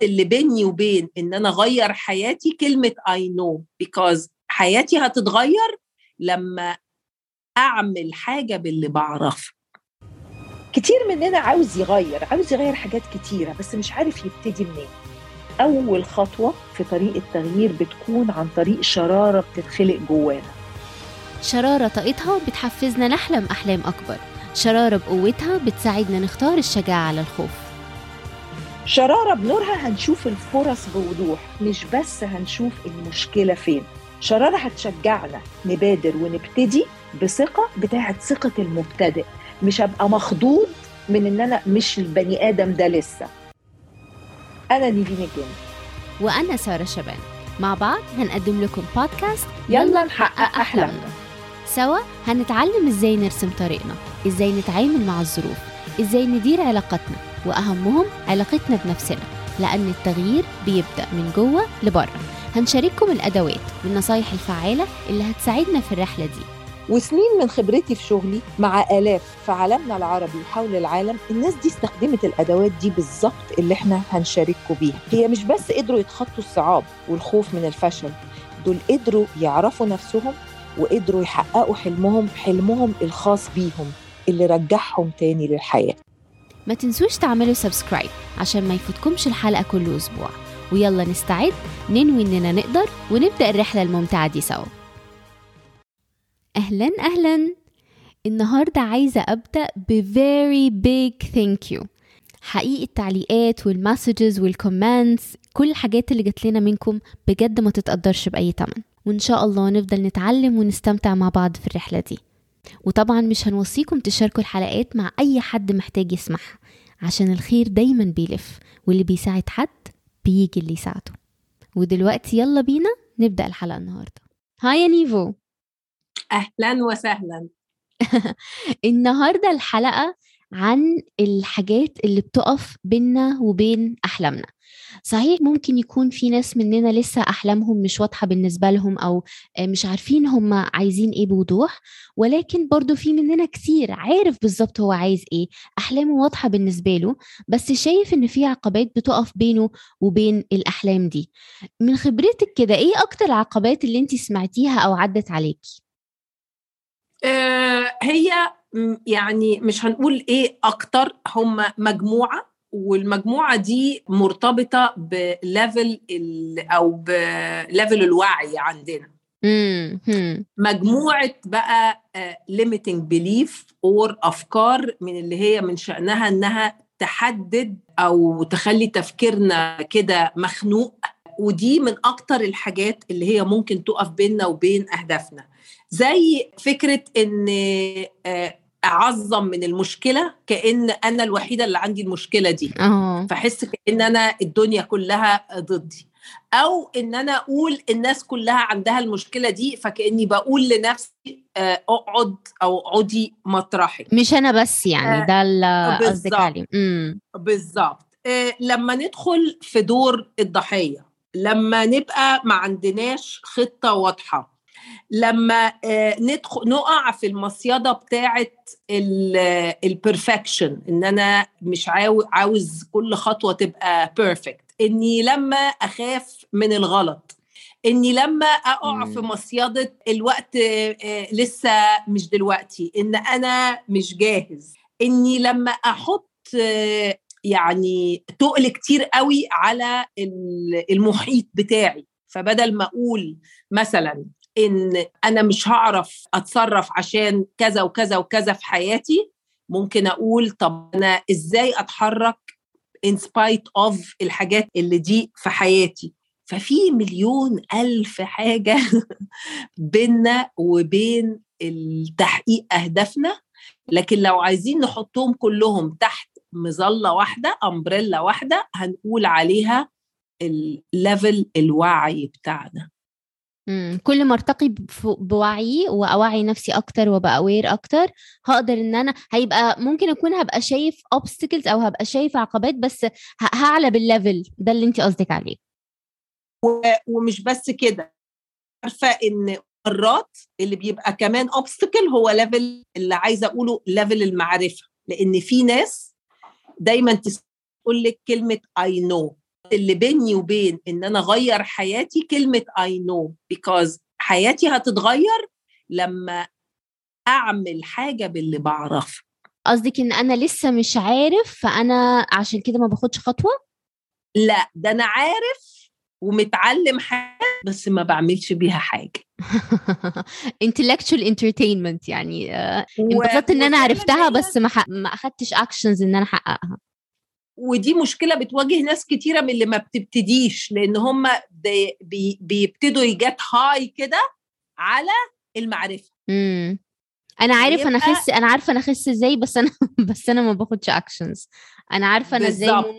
اللي بيني وبين ان انا اغير حياتي كلمة I know because حياتي هتتغير لما اعمل حاجة باللي بعرفه. كتير مننا عاوز يغير حاجات كتيرة بس مش عارف يبتدي منين. أول خطوة في طريق التغيير بتكون عن طريق شرارة بتتخلق جوانا. شرارة طاقتها بتحفزنا نحلم أحلام أكبر، شرارة بقوتها بتساعدنا نختار الشجاعة على الخوف. شرارة بنورها هنشوف الفرص بوضوح، مش بس هنشوف المشكلة فين. شرارة هتشجعنا نبادر ونبتدي بثقة بتاعت ثقة المبتدئ، مش هبقى مخضوض من ان انا مش البني آدم ده لسه. انا نيفين الجن وأنا سارة شبان، مع بعض هنقدم لكم بودكاست يلا نحقق أحلامنا. سوا هنتعلم ازاي نرسم طريقنا، ازاي نتعامل مع الظروف، ازاي ندير علاقاتنا، وأهمهم علاقتنا بنفسنا، لأن التغيير بيبدأ من جوه لبره. هنشارككم الأدوات والنصايح الفعالة اللي هتساعدنا في الرحلة دي. وسنين من خبرتي في شغلي مع آلاف في عالمنا العربي وحول العالم، الناس دي استخدمت الأدوات دي بالظبط اللي احنا هنشارككم بيها. هي مش بس قدروا يتخطوا الصعاب والخوف من الفشل، دول قدروا يعرفوا نفسهم وقدروا يحققوا حلمهم الخاص بيهم اللي رجعهم تاني للحياة. ما تنسوش تعملوا سبسكرايب عشان ما يفوتكمش الحلقة كل أسبوع، ويلا نستعد ننوي إننا نقدر ونبدأ الرحلة الممتعة دي سوا. أهلاً النهاردة عايزة أبدأ very big thank you. حقيقي التعليقات والمسجز والكومنتس، كل الحاجات اللي جات لنا منكم بجد ما تتقدرش بأي تمن، وإن شاء الله نفضل نتعلم ونستمتع مع بعض في الرحلة دي. وطبعا مش هنوصيكم تشاركوا الحلقات مع أي حد محتاج يسمعها، عشان الخير دايما بيلف، واللي بيساعد حد بيجي اللي يساعده. ودلوقتي يلا بينا نبدأ الحلقة النهاردة. هاي يا نيفو. أهلا وسهلا. النهاردة الحلقة عن الحاجات اللي بتقف بيننا وبين أحلامنا. صحيح ممكن يكون في ناس مننا لسه أحلامهم مش واضحة بالنسبة لهم، أو مش عارفين هم عايزين إيه بوضوح، ولكن برضو في مننا كتير عارف بالظبط هو عايز إيه، أحلامه واضحة بالنسبة له، بس شايف إن في عقبات بتقف بينه وبين الأحلام دي. من خبرتك كده إيه أكتر العقبات اللي أنت سمعتيها أو عدت عليكي؟ هي يعني مش هنقول ايه اكتر، هم مجموعة، والمجموعة دي مرتبطة بليفل او بليفل الوعي عندنا. مجموعة بقى limiting belief or افكار من اللي هي من شأنها انها تحدد او تخلي تفكيرنا كده مخنوق، ودي من اكتر الحاجات اللي هي ممكن تقف بيننا وبين اهدافنا. زي فكرة ان اعظم من المشكلة كأن انا الوحيدة اللي عندي المشكلة دي، فحس كأن انا الدنيا كلها ضدي، او ان انا اقول الناس كلها عندها المشكلة دي، فكأني بقول لنفسي اقعد او اقعدي مطرحك، مش انا بس، يعني ده اللي قصدك عليه. بالظبط. لما ندخل في دور الضحية، لما نبقى ما عندناش خطة واضحة، لما نقع في المصيدة بتاعة البرفكشن، ان انا مش عاوز كل خطوة تبقى بيرفكت، اني لما اخاف من الغلط، اني لما اقع في مصيدة الوقت لسه مش دلوقتي، ان انا مش جاهز، اني لما احط يعني تقل كتير قوي على المحيط بتاعي، فبدل ما اقول مثلا ان انا مش هعرف اتصرف عشان كذا وكذا وكذا في حياتي، ممكن اقول طب انا ازاي اتحرك in spite of الحاجات اللي دي في حياتي. ففي مليون ألف حاجة بيننا وبين التحقيق أهدافنا، لكن لو عايزين نحطهم كلهم تحت مظلة واحدة، أمبريلا واحدة، هنقول عليها الليفل الوعي بتاعنا. كل ما ارتقي بوعي واوعي نفسي اكتر وابقى اوير اكتر، هقدر ان انا هيبقى ممكن اكون هبقى شايف obstacles او هبقى شايف عقبات، بس هعلى بالليفل ده اللي انت قصدك عليه. ومش بس كده، عارفة ان مرات اللي بيبقى كمان obstacle هو ليفل اللي عايزة اقوله ليفل المعرفة، لان في ناس دايما تقول لك كلمة I know، اللي بيني وبين ان انا اغير حياتي كلمة I know because حياتي هتتغير لما اعمل حاجة باللي بعرفه. قصدك ان انا لسه مش عارف فانا عشان كده ما باخدش خطوة؟ لا، ده انا عارف ومتعلم حاجة بس ما بعملش بيها حاجة. intellectual entertainment يعني انبسطت ان انا عرفتها بس ما اخدتش actions ان انا احققها. ودي مشكلة بتواجه ناس كتيرة من اللي ما بتبتديش، لان هم بيبتدوا يجات هاي كده على المعرفة. انا عارف انا اخس، انا عارفه انا اخس ازاي، بس انا ما باخدش اكشنز. انا عارفه انا ازاي بالظبط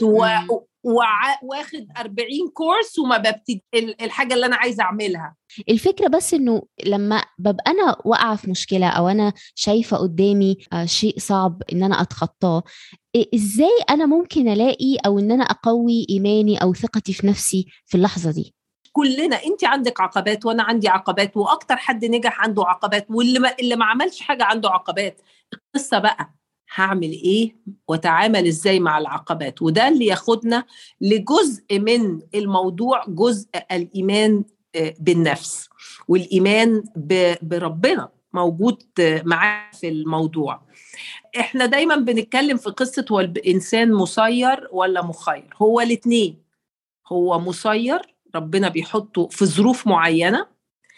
واخد 40 كورس وما ببتدي الحاجه اللي انا عايزه اعملها. الفكره بس انه لما ببقى انا واقعه في مشكله او انا شايفه قدامي شيء صعب ان انا اتخطاه، ازاي انا ممكن الاقي او ان انا اقوي ايماني او ثقتي في نفسي في اللحظه دي؟ كلنا، انت عندك عقبات وانا عندي عقبات، واكتر حد نجح عنده عقبات، واللي ما عملش حاجه عنده عقبات. القصه بقى هعمل ايه واتعامل ازاي مع العقبات، وده اللي ياخدنا لجزء من الموضوع، جزء الايمان بالنفس والايمان بربنا موجود معاه في الموضوع. احنا دايما بنتكلم في قصه هو الانسان مسير ولا مخير. هو الاثنين، هو مسير، ربنا بيحطه في ظروف معينة،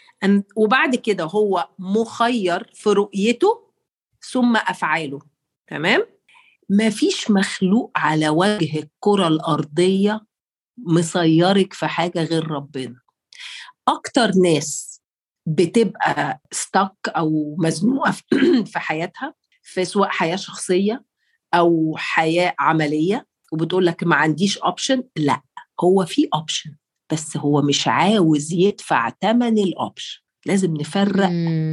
وبعد كده هو مخير في رؤيته ثم أفعاله. تمام؟ مفيش مخلوق على وجه الكرة الأرضية مسيرك في حاجة غير ربنا. أكتر ناس بتبقى ستاك أو مزنوقة في حياتها، في سواء حياة شخصية أو حياة عملية، وبتقول لك ما عنديش أوبشن. لا، هو في أوبشن بس هو مش عاوز يدفع ثمن الأوبشن. لازم نفرق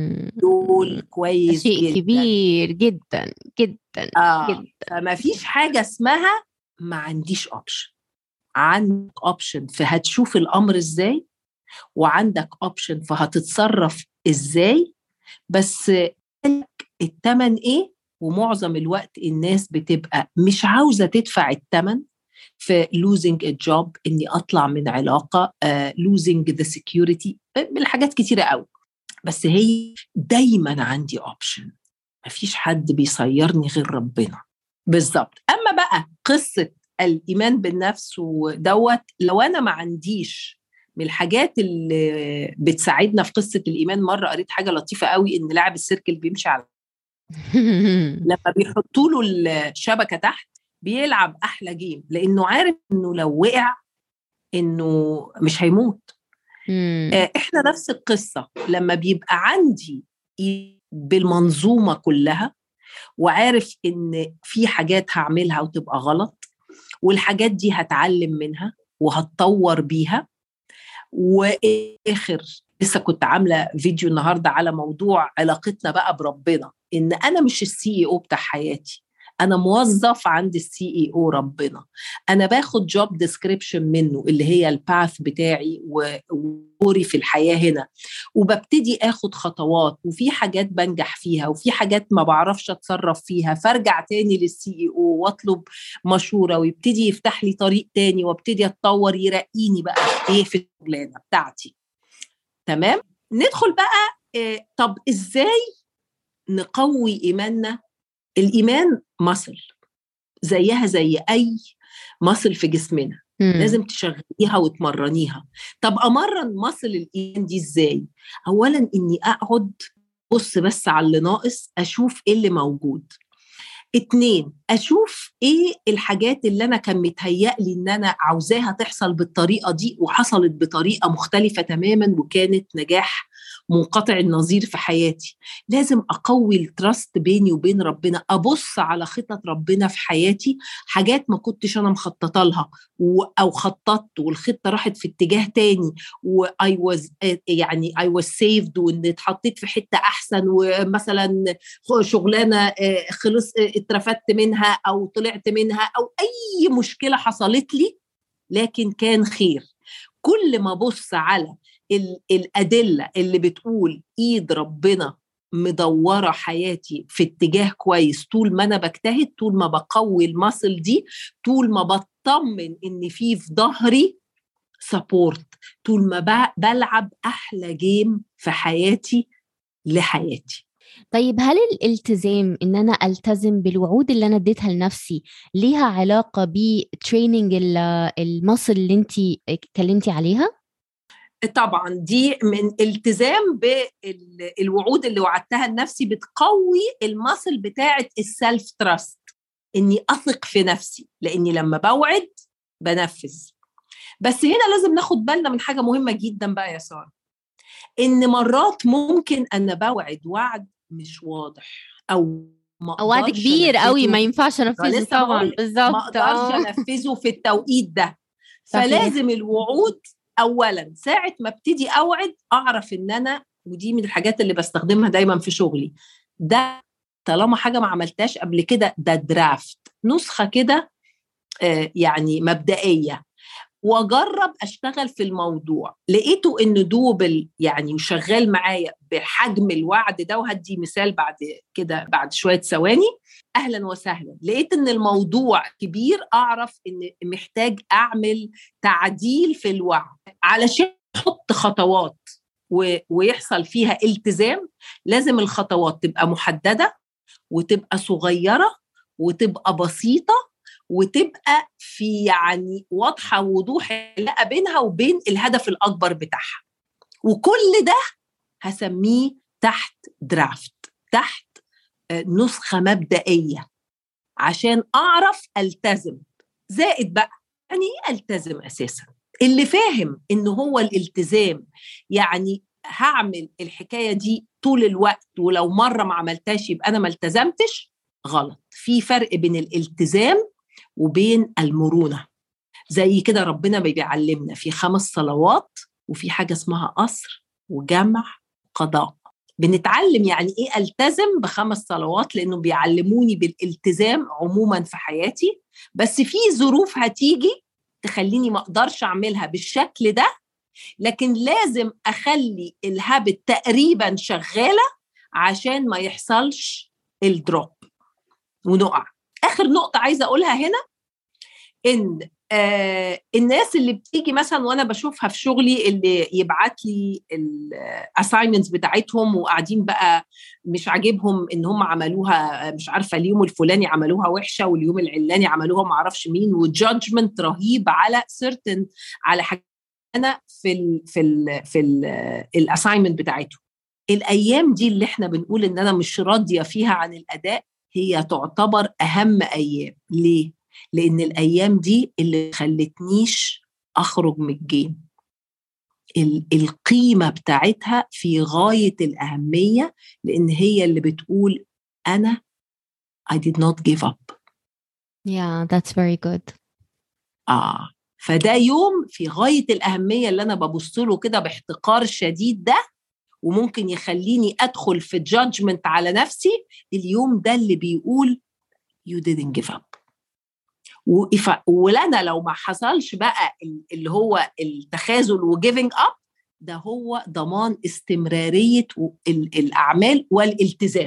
دول كويس شيء جدا. كبير جدا جدا جدا. فما فيش حاجة اسمها ما عنديش أوبشن. عندك أوبشن فهتشوف الأمر إزاي، وعندك أوبشن فهتتصرف إزاي، بس الثمن إيه. ومعظم الوقت الناس بتبقى مش عاوزة تدفع الثمن في losing a job، إني أطلع من علاقة، losing the security، بالحاجات كتيرة قوي. بس هي دايما عندي option، مفيش حد بيصيرني غير ربنا. بالظبط. أما بقى قصة الإيمان بالنفس ودوت، لو أنا ما عنديش من الحاجات اللي بتساعدنا في قصة الإيمان، مرة قريت حاجة لطيفة قوي، إن لاعب السيركل بيمشي على لما بيحطوا له الشبكة تحت بيلعب أحلى جيم، لأنه عارف إنه لو وقع إنه مش هيموت. إحنا نفس القصة، لما بيبقى عندي بالمنظومة كلها، وعارف إن في حاجات هعملها وتبقى غلط، والحاجات دي هتعلم منها وهتطور بيها. وآخر لسه كنت عاملة فيديو النهاردة على موضوع علاقتنا بقى بربنا، إن أنا مش السي اي او بتاع حياتي، أنا موظف عند السي اي او ربنا. أنا باخد جوب ديسكريبشن منه اللي هي الباث بتاعي ودوري في الحياة هنا، وببتدي أخد خطوات، وفي حاجات بنجح فيها وفي حاجات ما بعرفش أتصرف فيها، فارجع تاني للسي اي او واطلب مشورة، ويبتدي يفتح لي طريق تاني، وابتدي أتطور، يرقيني بقى إيه في الشغلانة بتاعتي. تمام؟ ندخل بقى طب إزاي نقوي إيماننا؟ الإيمان مصل زيها زي أي مصل في جسمنا، لازم تشغليها وتمرنيها. طب أمرن مصل الإيمان دي إزاي؟ أولا إني أقعد بص بس على اللي ناقص، أشوف إيه اللي موجود. 2، أشوف إيه الحاجات اللي أنا كان متهيألي إن أنا عاوزاها تحصل بالطريقة دي وحصلت بطريقة مختلفة تماما وكانت نجاح منقطع النظير في حياتي. لازم أقوي التراست بيني وبين ربنا، أبص على خطط ربنا في حياتي، حاجات ما كنتش أنا مخططة لها أو خططت والخطة راحت في اتجاه تاني، I was saved، وإن اتحطيت في حتة أحسن، ومثلا شغلانة خلص اترفدت منها أو طلعت منها، أو أي مشكلة حصلت لي لكن كان خير. كل ما بص على الأدلة اللي بتقول إيد ربنا مدورة حياتي في اتجاه كويس، طول ما أنا بجتهد، طول ما بقوي الماسل دي، طول ما بطمن إن في ظهري سبورت، طول ما بلعب أحلى جيم في حياتي لحياتي. طيب هل الالتزام ان انا التزم بالوعود اللي انا اديتها لنفسي ليها علاقة بتريننج المصل اللي انتي اتكلمتي عليها؟ طبعا دي من التزام بالوعود اللي وعدتها لنفسي، بتقوي المصل بتاعة السلف تراست، اني اثق في نفسي، لاني لما بوعد بنفذ. بس هنا لازم ناخد بالنا من حاجة مهمة جدا بقى يا سارة، ان مرات ممكن انا بوعد وعد مش واضح، او وعد كبير قوي ما ينفعش انفذه طبعا. بالظبط، ما اقدرش انفذه في التوقيت ده. فلازم الوعود اولا ساعه ما ابتدي اوعد اعرف ان انا، ودي من الحاجات اللي بستخدمها دايما في شغلي، ده طالما حاجه ما عملتهاش قبل كده، ده درافت، نسخه كده يعني مبدئيه، واجرب اشتغل في الموضوع. لقيته انه دوبل يعني وشغال معايا بحجم الوعد ده، وهدي مثال بعد كده بعد شويه ثواني، اهلا وسهلا. لقيت ان الموضوع كبير، اعرف ان محتاج اعمل تعديل في الوعد علشان احط خطوات ويحصل فيها التزام. لازم الخطوات تبقى محدده، وتبقى صغيره، وتبقى بسيطه، وتبقى في يعني واضحة وضوح العلاقة بينها وبين الهدف الأكبر بتاعها. وكل ده هسميه تحت درافت، تحت نسخة مبدئية، عشان أعرف ألتزم. زائد بقى يعني إيه ألتزم أساسا؟ اللي فاهم إنه هو الالتزام يعني هعمل الحكاية دي طول الوقت، ولو مرة ما عملتهاش يبقى أنا ما التزمتش، غلط. في فرق بين الالتزام وبين المرونة. زي كده ربنا بيعلمنا في 5 صلوات، وفي حاجة اسمها قصر وجمع قضاء. بنتعلم يعني ايه التزم ب5 صلوات، لانه بيعلموني بالالتزام عموما في حياتي، بس في ظروف هتيجي تخليني ما اقدرش اعملها بالشكل ده، لكن لازم اخلي الهابت تقريبا شغالة عشان ما يحصلش الدروب ونقع. اخر نقطة عايزة اقولها هنا، ان الناس اللي بتيجي مثلا وانا بشوفها في شغلي، اللي يبعت لي الاساينمنتس بتاعتهم وقاعدين بقى مش عاجبهم ان هم عملوها، مش عارفه اليوم الفلاني عملوها وحشه واليوم العلاني عملوها ما اعرفش مين، وجادجمنت رهيب على سيرتن، على حاجه انا في الاساينمنت بتاعتهم. الايام دي اللي احنا بنقول ان انا مش راضيه فيها عن الاداء، هي تعتبر اهم ايام. ليه؟ لأن الأيام دي اللي خلتنيش أخرج من الجيم. القيمة بتاعتها في غاية الأهمية، لأن هي اللي بتقول أنا I did not give up. Yeah, that's very good. فده يوم في غاية الأهمية اللي أنا ببص له كده باحتقار شديد ده، وممكن يخليني أدخل في judgment على نفسي. اليوم ده اللي بيقول you didn't give up. ولنا لو ما حصلش بقى اللي هو التخاذل وجيفنج اب، ده هو ضمان استمرارية الأعمال والالتزام.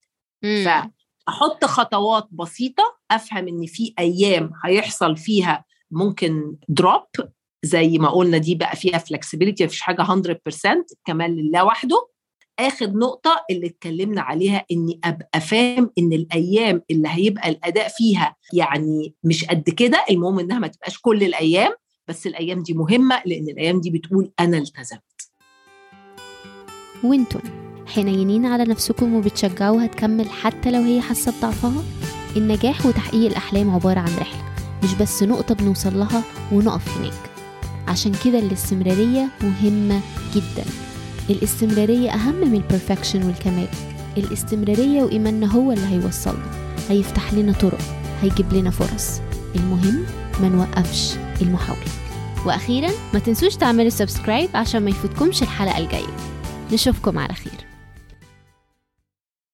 فأحط خطوات بسيطة، أفهم إن في أيام هيحصل فيها ممكن دروب، زي ما قلنا دي بقى فيها فلكسبيليتي، مفيش حاجة 100%، كمان لله وحده. آخر نقطة اللي اتكلمنا عليها، إني أبقى فاهم إن الأيام اللي هيبقى الأداء فيها يعني مش قد كده، المهم إنها ما تبقاش كل الأيام، بس الأيام دي مهمة، لأن الأيام دي بتقول أنا التزمت. وانتم حنينين على نفسكم وبتشجعوها تكمل حتى لو هي حاسة بضعفها؟ النجاح وتحقيق الأحلام عبارة عن رحلة، مش بس نقطة بنوصل لها ونقف هناك. عشان كده الاستمرارية مهمة جداً. الاستمرارية أهم من البرفكشن والكمال. الاستمرارية وإيماننا هو اللي هيوصلنا، هيفتح لنا طرق، هيجيب لنا فرص. المهم ما نوقفش المحاولة. وأخيرا ما تنسوش تعملوا سبسكرايب عشان ما يفوتكمش الحلقة الجاية. نشوفكم على خير.